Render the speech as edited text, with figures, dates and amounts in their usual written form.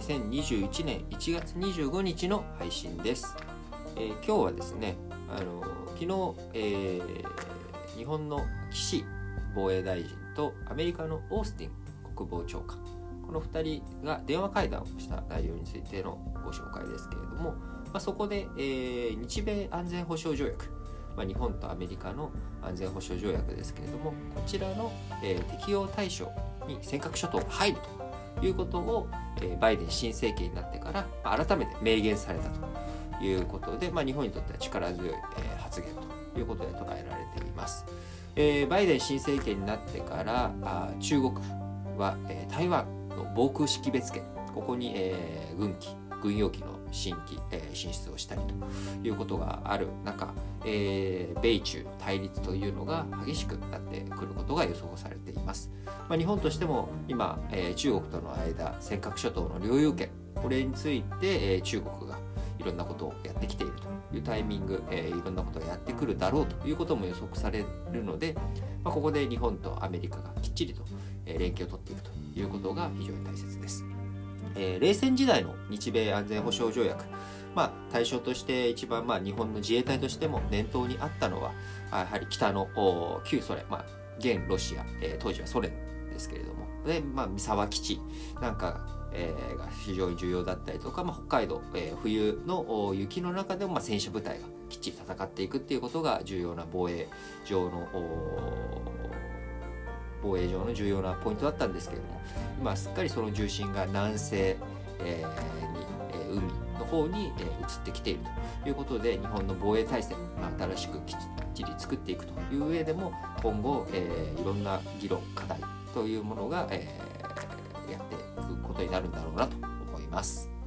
2021年1月25日の配信です。今日はですね、昨日、日本の岸防衛大臣とアメリカのオースティン国防長官、この2人が電話会談をした内容についてのご紹介ですけれども、そこで、日米安全保障条約、日本とアメリカの安全保障条約ですけれども、こちらの、適用対象に尖閣諸島が入るということを、バイデン新政権になってから、改めて明言されたということで、日本にとっては力強い、発言ということで捉えられています。バイデン新政権になってから中国は、台湾の防空識別圏、ここに、軍用機の進出をしたりということがある中、米中対立というのが激しくなってくることが予想されています。日本としても今、中国との間、尖閣諸島の領有権、これについて、中国がいろんなことをやってきているというタイミング、いろんなことをやってくるだろうということも予測されるので、ここで日本とアメリカがきっちりと、連携を取っていくということが非常に大切です。冷戦時代の日米安全保障条約、対象として一番、日本の自衛隊としても念頭にあったのは、やはり北の旧ソ連、現ロシア、当時はソ連ですけれども、で、三沢基地なんか、が非常に重要だったりとか、北海道、冬の雪の中でも、戦車部隊がきっちり戦っていくっていうことが重要な防衛上の重要なポイントだったんですけれども、今すっかりその重心が南西、海の方に、移ってきているということで、日本の防衛体制、新しくきっちり作っていくという上でも、今後、いろんな議論課題というものが、やっていくことになるんだろうなと思います。